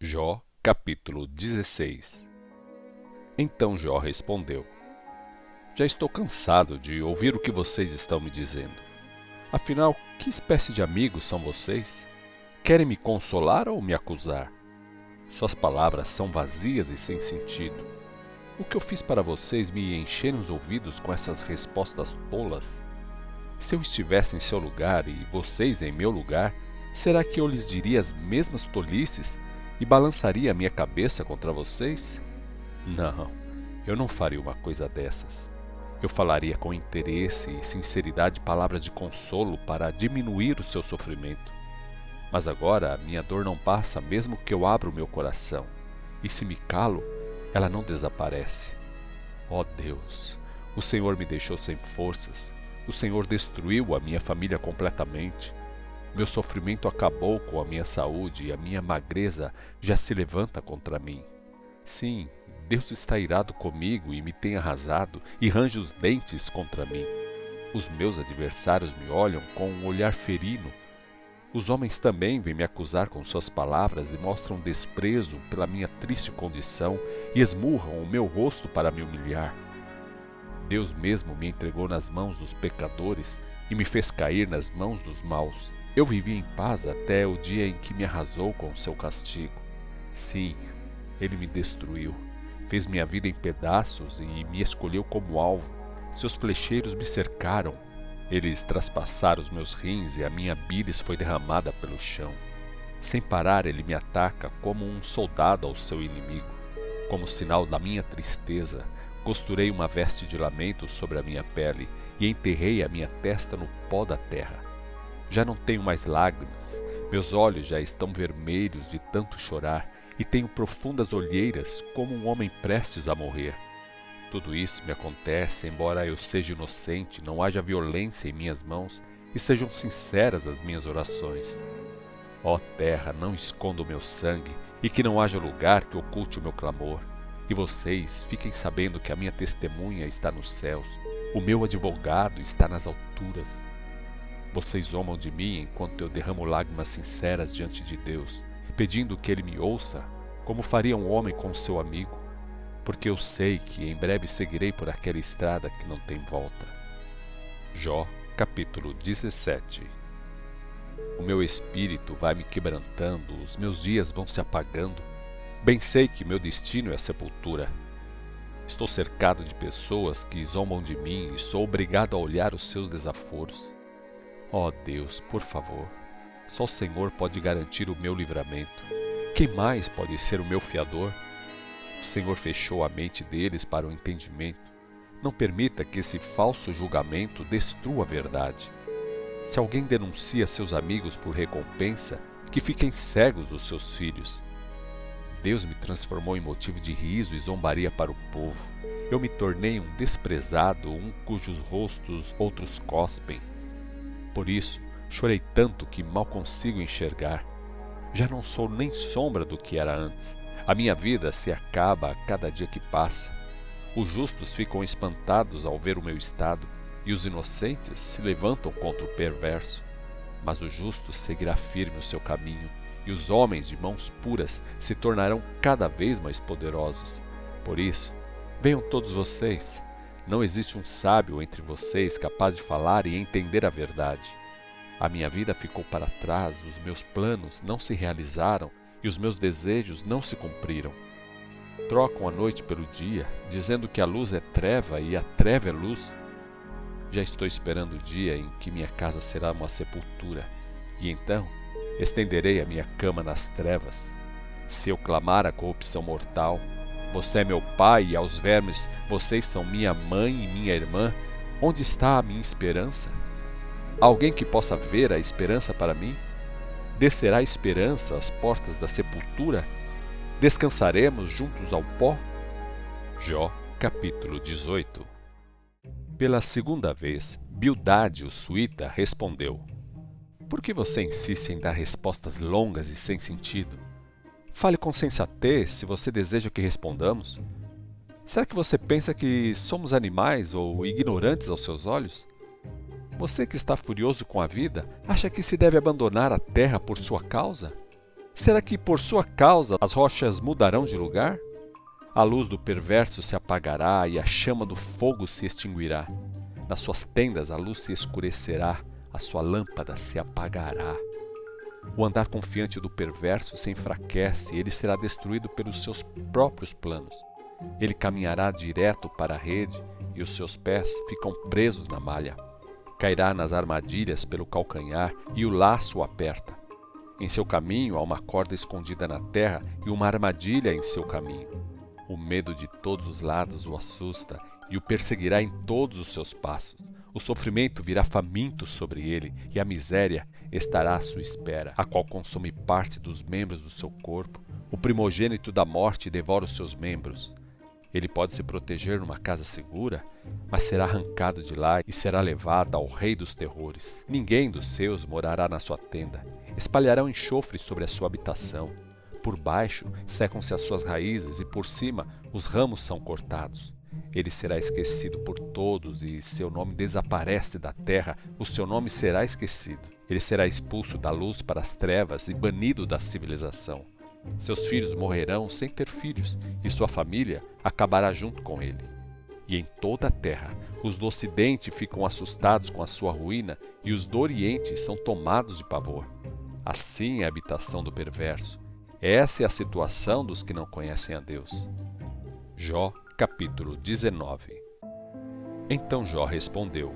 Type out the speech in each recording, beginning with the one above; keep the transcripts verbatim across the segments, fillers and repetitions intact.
Jó, capítulo dezesseis. Então Jó respondeu: Já estou cansado de ouvir o que vocês estão me dizendo. Afinal, que espécie de amigos são vocês? Querem me consolar ou me acusar? Suas palavras são vazias e sem sentido. O que eu fiz para vocês me encherem os ouvidos com essas respostas tolas? Se eu estivesse em seu lugar e vocês em meu lugar, será que eu lhes diria as mesmas tolices e balançaria a minha cabeça contra vocês? Não, eu não faria uma coisa dessas. Eu falaria com interesse e sinceridade palavras de consolo para diminuir o seu sofrimento. Mas agora a minha dor não passa mesmo que eu abra o meu coração, e se me calo, ela não desaparece. Ó Deus, o Senhor me deixou sem forças, o Senhor destruiu a minha família completamente. Meu sofrimento acabou com a minha saúde e a minha magreza já se levanta contra mim. Sim, Deus está irado comigo e me tem arrasado e range os dentes contra mim. Os meus adversários me olham com um olhar ferino. Os homens também vêm me acusar com suas palavras e mostram desprezo pela minha triste condição e esmurram o meu rosto para me humilhar. Deus mesmo me entregou nas mãos dos pecadores e me fez cair nas mãos dos maus. Eu vivi em paz até o dia em que me arrasou com o seu castigo. Sim, ele me destruiu, fez minha vida em pedaços e me escolheu como alvo. Seus flecheiros me cercaram. Eles traspassaram os meus rins e a minha bílis foi derramada pelo chão. Sem parar ele me ataca como um soldado ao seu inimigo. Como sinal da minha tristeza, costurei uma veste de lamento sobre a minha pele e enterrei a minha testa no pó da terra. Já não tenho mais lágrimas, meus olhos já estão vermelhos de tanto chorar e tenho profundas olheiras como um homem prestes a morrer. Tudo isso me acontece embora eu seja inocente, não haja violência em minhas mãos e sejam sinceras as minhas orações. Ó terra, não esconda o meu sangue e que não haja lugar que oculte o meu clamor. E vocês fiquem sabendo que a minha testemunha está nos céus, o meu advogado está nas alturas. Vocês zombam de mim enquanto eu derramo lágrimas sinceras diante de Deus, pedindo que Ele me ouça, como faria um homem com seu amigo, porque eu sei que em breve seguirei por aquela estrada que não tem volta. Jó, capítulo dezessete. O meu espírito vai me quebrantando, os meus dias vão se apagando. Bem sei que meu destino é a sepultura. Estou cercado de pessoas que zombam de mim e sou obrigado a olhar os seus desaforos. Ó Deus, por favor, só o Senhor pode garantir o meu livramento. Quem mais pode ser o meu fiador? O Senhor fechou a mente deles para o entendimento. Não permita que esse falso julgamento destrua a verdade. Se alguém denuncia seus amigos por recompensa, que fiquem cegos dos seus filhos. Deus me transformou em motivo de riso e zombaria para o povo. Eu me tornei um desprezado, um cujos rostos outros cospem. Por isso, chorei tanto que mal consigo enxergar. Já não sou nem sombra do que era antes. A minha vida se acaba a cada dia que passa. Os justos ficam espantados ao ver o meu estado, e os inocentes se levantam contra o perverso. Mas o justo seguirá firme o seu caminho, e os homens de mãos puras se tornarão cada vez mais poderosos. Por isso, venham todos vocês. Não existe um sábio entre vocês capaz de falar e entender a verdade. A minha vida ficou para trás, os meus planos não se realizaram e os meus desejos não se cumpriram. Trocam a noite pelo dia, dizendo que a luz é treva e a treva é luz. Já estou esperando o dia em que minha casa será uma sepultura, e então estenderei a minha cama nas trevas. Se eu clamar a corrupção mortal, você é meu pai e aos vermes vocês são minha mãe e minha irmã, onde está a minha esperança? Alguém que possa ver a esperança para mim? Descerá a esperança às portas da sepultura? Descansaremos juntos ao pó? Jó, capítulo dezoito. Pela segunda vez, Bildade, o suíta, respondeu: Por que você insiste em dar respostas longas e sem sentido? Fale com sensatez se você deseja que respondamos. Será que você pensa que somos animais ou ignorantes aos seus olhos? Você que está furioso com a vida, acha que se deve abandonar a terra por sua causa? Será que por sua causa as rochas mudarão de lugar? A luz do perverso se apagará e a chama do fogo se extinguirá. Nas suas tendas a luz se escurecerá, a sua lâmpada se apagará. O andar confiante do perverso se enfraquece, ele será destruído pelos seus próprios planos. Ele caminhará direto para a rede e os seus pés ficam presos na malha. Cairá nas armadilhas pelo calcanhar e o laço o aperta. Em seu caminho há uma corda escondida na terra e uma armadilha em seu caminho. O medo de todos os lados o assusta e o perseguirá em todos os seus passos. O sofrimento virá faminto sobre ele e a miséria estará à sua espera, a qual consome parte dos membros do seu corpo. O primogênito da morte devora os seus membros. Ele pode se proteger numa casa segura, mas será arrancado de lá e será levado ao rei dos terrores. Ninguém dos seus morará na sua tenda. Espalharão enxofre sobre a sua habitação. Por baixo secam-se as suas raízes e por cima os ramos são cortados. Ele será esquecido por todos e seu nome desaparece da terra, o seu nome será esquecido. Ele será expulso da luz para as trevas e banido da civilização. Seus filhos morrerão sem ter filhos e sua família acabará junto com ele. E em toda a terra os do ocidente ficam assustados com a sua ruína e os do oriente são tomados de pavor. Assim é a habitação do perverso. Essa é a situação dos que não conhecem a Deus. Jó, capítulo dezenove. Então Jó respondeu: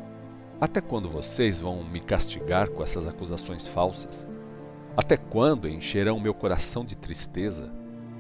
Até quando vocês vão me castigar com essas acusações falsas? Até quando encherão meu coração de tristeza?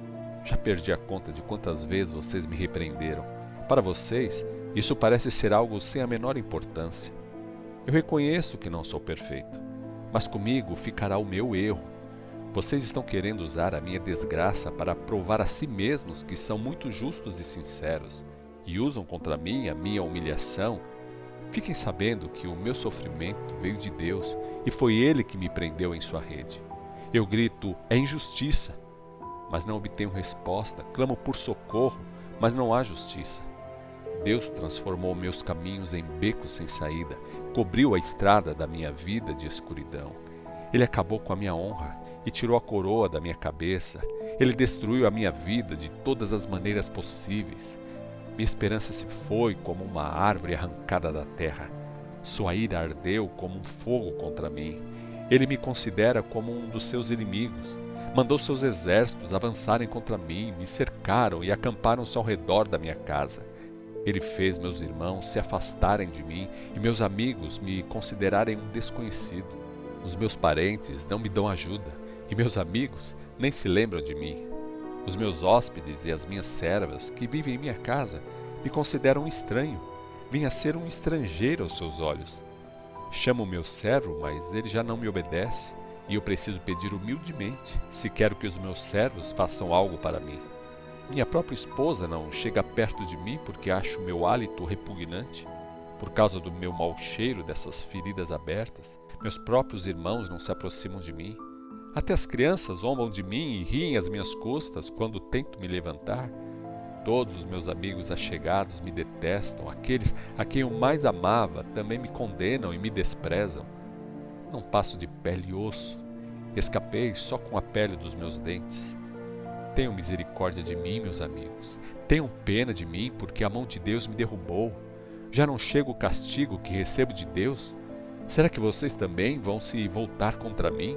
Já perdi a conta de quantas vezes vocês me repreenderam. Para vocês, isso parece ser algo sem a menor importância. Eu reconheço que não sou perfeito, mas comigo ficará o meu erro. Vocês estão querendo usar a minha desgraça para provar a si mesmos que são muito justos e sinceros, e usam contra mim a minha humilhação. Fiquem sabendo que o meu sofrimento veio de Deus, e foi Ele que me prendeu em sua rede. Eu grito, é injustiça, mas não obtenho resposta. Clamo por socorro, mas não há justiça. Deus transformou meus caminhos em becos sem saída, cobriu a estrada da minha vida de escuridão. Ele acabou com a minha honra e tirou a coroa da minha cabeça. Ele destruiu a minha vida de todas as maneiras possíveis. Minha esperança se foi como uma árvore arrancada da terra. Sua ira ardeu como um fogo contra mim. Ele me considera como um dos seus inimigos. Mandou seus exércitos avançarem contra mim, me cercaram e acamparam-se ao redor da minha casa. Ele fez meus irmãos se afastarem de mim e meus amigos me considerarem um desconhecido. Os meus parentes não me dão ajuda e meus amigos nem se lembram de mim. Os meus hóspedes e as minhas servas que vivem em minha casa me consideram um estranho. Vim a ser um estrangeiro aos seus olhos. Chamo o meu servo, mas ele já não me obedece, e eu preciso pedir humildemente se quero que os meus servos façam algo para mim. Minha própria esposa não chega perto de mim porque acha o meu hálito repugnante. Por causa do meu mau cheiro dessas feridas abertas, meus próprios irmãos não se aproximam de mim. Até as crianças zombam de mim e riem às minhas custas quando tento me levantar. Todos os meus amigos achegados me detestam, aqueles a quem eu mais amava também me condenam e me desprezam. Não passo de pele e osso, escapei só com a pele dos meus dentes. Tenham misericórdia de mim, meus amigos, tenham pena de mim, porque a mão de Deus me derrubou. Já não chega o castigo que recebo de Deus? Será que vocês também vão se voltar contra mim?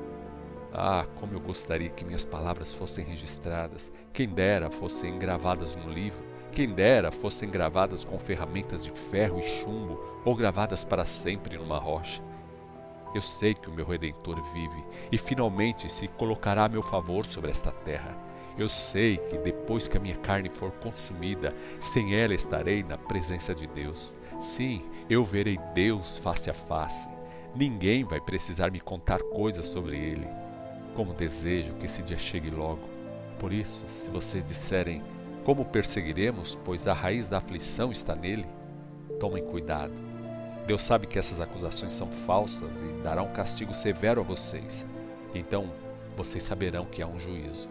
Ah, como eu gostaria que minhas palavras fossem registradas. Quem dera fossem gravadas num livro. Quem dera fossem gravadas com ferramentas de ferro e chumbo ou gravadas para sempre numa rocha. Eu sei que o meu Redentor vive e finalmente se colocará a meu favor sobre esta terra. Eu sei que depois que a minha carne for consumida, sem ela estarei na presença de Deus. Sim, eu verei Deus face a face. Ninguém vai precisar me contar coisas sobre Ele. Como desejo que esse dia chegue logo. Por isso, se vocês disserem, como perseguiremos, pois a raiz da aflição está nele, tomem cuidado. Deus sabe que essas acusações são falsas e dará um castigo severo a vocês. Então, vocês saberão que há um juízo.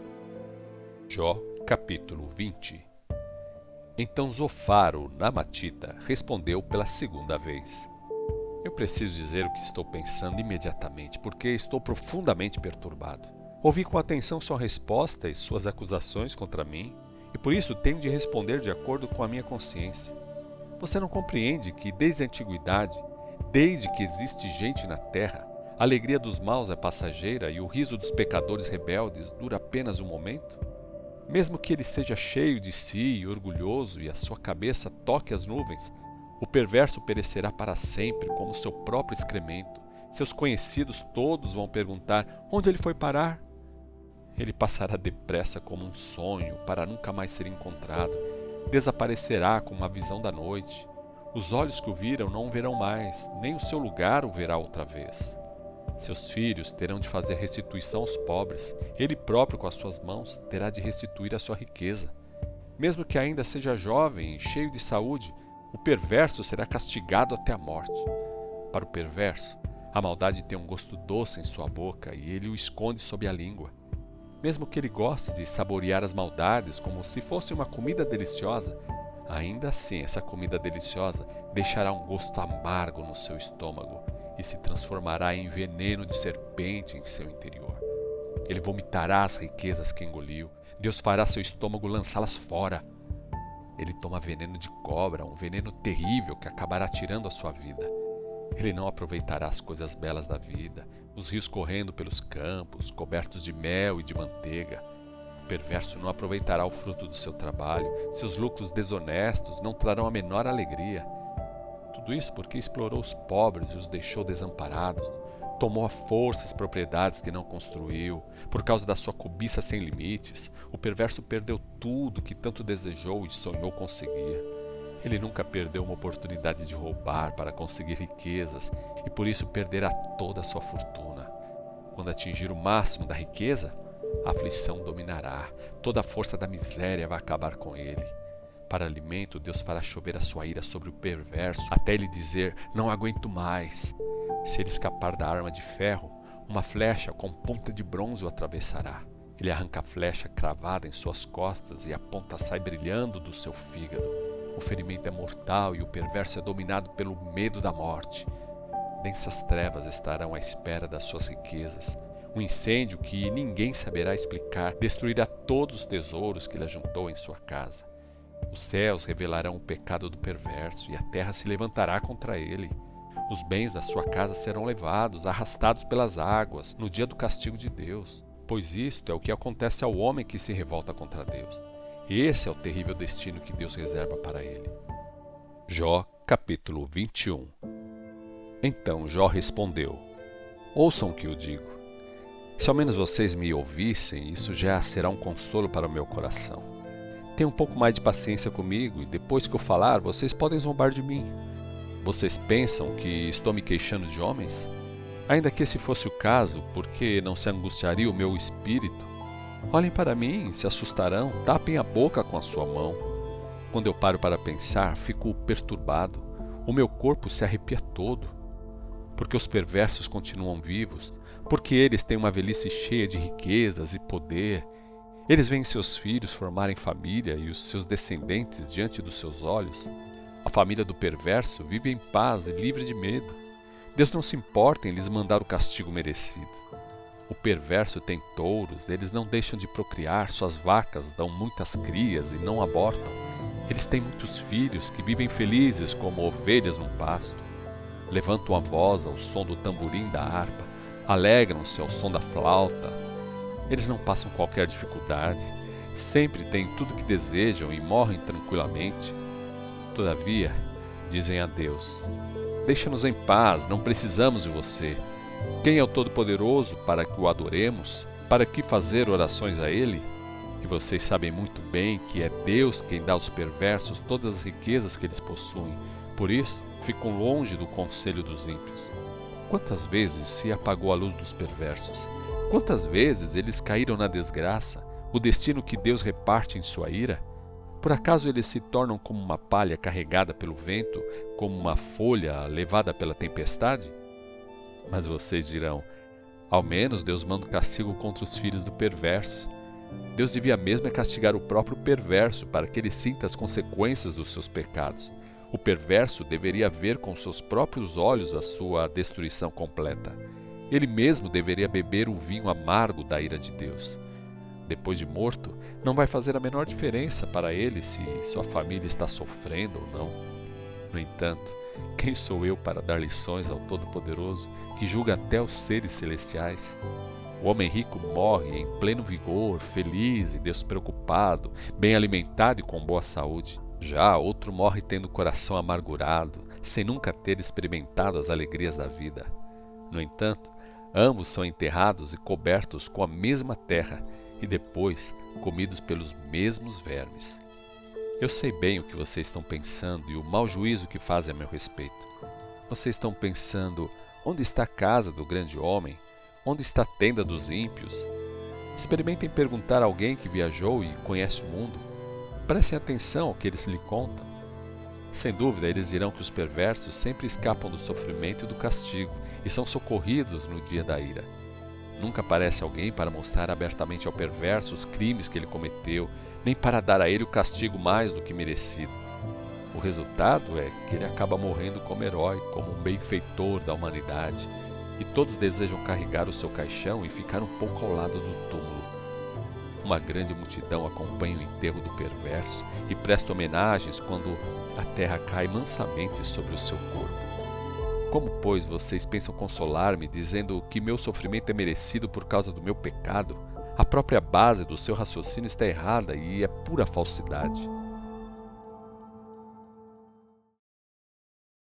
Jó, capítulo vinte. Então Zofar, o Namatita, respondeu pela segunda vez. Eu preciso dizer o que estou pensando imediatamente, porque estou profundamente perturbado. Ouvi com atenção sua resposta e suas acusações contra mim, e por isso tenho de responder de acordo com a minha consciência. Você não compreende que, desde a antiguidade, desde que existe gente na terra, a alegria dos maus é passageira e o riso dos pecadores rebeldes dura apenas um momento? Mesmo que ele seja cheio de si e orgulhoso e a sua cabeça toque as nuvens, o perverso perecerá para sempre como seu próprio excremento. Seus conhecidos todos vão perguntar onde ele foi parar. Ele passará depressa como um sonho para nunca mais ser encontrado. Desaparecerá como uma visão da noite. Os olhos que o viram não o verão mais, nem o seu lugar o verá outra vez. Seus filhos terão de fazer restituição aos pobres. Ele próprio, com as suas mãos, terá de restituir a sua riqueza. Mesmo que ainda seja jovem e cheio de saúde, o perverso será castigado até a morte. Para o perverso, a maldade tem um gosto doce em sua boca e ele o esconde sob a língua. Mesmo que ele goste de saborear as maldades como se fosse uma comida deliciosa, ainda assim essa comida deliciosa deixará um gosto amargo no seu estômago e se transformará em veneno de serpente em seu interior. Ele vomitará as riquezas que engoliu. Deus fará seu estômago lançá-las fora. Ele toma veneno de cobra, um veneno terrível que acabará tirando a sua vida. Ele não aproveitará as coisas belas da vida, os rios correndo pelos campos, cobertos de mel e de manteiga. O perverso não aproveitará o fruto do seu trabalho, seus lucros desonestos não trarão a menor alegria. Tudo isso porque explorou os pobres e os deixou desamparados, tomou à força as propriedades que não construiu, por causa da sua cobiça sem limites. O perverso perdeu tudo que tanto desejou e sonhou conseguir. Ele nunca perdeu uma oportunidade de roubar para conseguir riquezas e por isso perderá toda a sua fortuna. Quando atingir o máximo da riqueza, a aflição dominará, toda a força da miséria vai acabar com ele. Para alimento, Deus fará chover a sua ira sobre o perverso, até ele dizer, não aguento mais. Se ele escapar da arma de ferro, uma flecha com ponta de bronze o atravessará. Ele arranca a flecha cravada em suas costas e a ponta sai brilhando do seu fígado. O ferimento é mortal e o perverso é dominado pelo medo da morte. Densas trevas estarão à espera das suas riquezas. Um incêndio que ninguém saberá explicar destruirá todos os tesouros que ele ajuntou em sua casa. Os céus revelarão o pecado do perverso e a terra se levantará contra ele. Os bens da sua casa serão levados, arrastados pelas águas, no dia do castigo de Deus. Pois isto é o que acontece ao homem que se revolta contra Deus. Esse é o terrível destino que Deus reserva para ele. Jó, capítulo vinte e um. Então Jó respondeu: ouçam o que eu digo. Se ao menos vocês me ouvissem, isso já será um consolo para o meu coração. Tenham um pouco mais de paciência comigo e depois que eu falar, vocês podem zombar de mim. Vocês pensam que estou me queixando de homens? Ainda que esse fosse o caso, por que não se angustiaria o meu espírito? Olhem para mim e se assustarão, tapem a boca com a sua mão. Quando eu paro para pensar, fico perturbado. O meu corpo se arrepia todo. Porque os perversos continuam vivos, porque eles têm uma velhice cheia de riquezas e poder. Eles veem seus filhos formarem família e os seus descendentes diante dos seus olhos. A família do perverso vive em paz e livre de medo. Deus não se importa em lhes mandar o castigo merecido. O perverso tem touros, eles não deixam de procriar, suas vacas dão muitas crias e não abortam. Eles têm muitos filhos que vivem felizes como ovelhas no pasto. Levantam a voz ao som do tamborim da harpa, alegram-se ao som da flauta. Eles não passam qualquer dificuldade, sempre têm tudo que desejam e morrem tranquilamente. Todavia, dizem a Deus: deixa-nos em paz, não precisamos de você. Quem é o Todo-Poderoso para que o adoremos? Para que fazer orações a Ele? E vocês sabem muito bem que é Deus quem dá aos perversos todas as riquezas que eles possuem. Por isso, ficam longe do conselho dos ímpios. Quantas vezes se apagou a luz dos perversos? Quantas vezes eles caíram na desgraça, o destino que Deus reparte em sua ira? Por acaso eles se tornam como uma palha carregada pelo vento, como uma folha levada pela tempestade? Mas vocês dirão: ao menos Deus manda um castigo contra os filhos do perverso. Deus devia mesmo é castigar o próprio perverso para que ele sinta as consequências dos seus pecados. O perverso deveria ver com seus próprios olhos a sua destruição completa. Ele mesmo deveria beber o vinho amargo da ira de Deus. Depois de morto, não vai fazer a menor diferença para ele se sua família está sofrendo ou não. No entanto, quem sou eu para dar lições ao Todo-Poderoso, que julga até os seres celestiais? O homem rico morre em pleno vigor, feliz e despreocupado, bem alimentado e com boa saúde. Já outro morre tendo o coração amargurado, sem nunca ter experimentado as alegrias da vida. No entanto, ambos são enterrados e cobertos com a mesma terra e depois comidos pelos mesmos vermes. Eu sei bem o que vocês estão pensando e o mau juízo que fazem a meu respeito. Vocês estão pensando, onde está a casa do grande homem? Onde está a tenda dos ímpios? Experimentem perguntar a alguém que viajou e conhece o mundo. Prestem atenção ao que eles lhe contam. Sem dúvida, eles dirão que os perversos sempre escapam do sofrimento e do castigo e são socorridos no dia da ira. Nunca aparece alguém para mostrar abertamente ao perverso os crimes que ele cometeu, nem para dar a ele o castigo mais do que merecido. O resultado é que ele acaba morrendo como herói, como um benfeitor da humanidade, e todos desejam carregar o seu caixão e ficar um pouco ao lado do túmulo. Uma grande multidão acompanha o enterro do perverso e presta homenagens quando a terra cai mansamente sobre o seu corpo. Como, pois, vocês pensam consolar-me, dizendo que meu sofrimento é merecido por causa do meu pecado? A própria base do seu raciocínio está errada e é pura falsidade.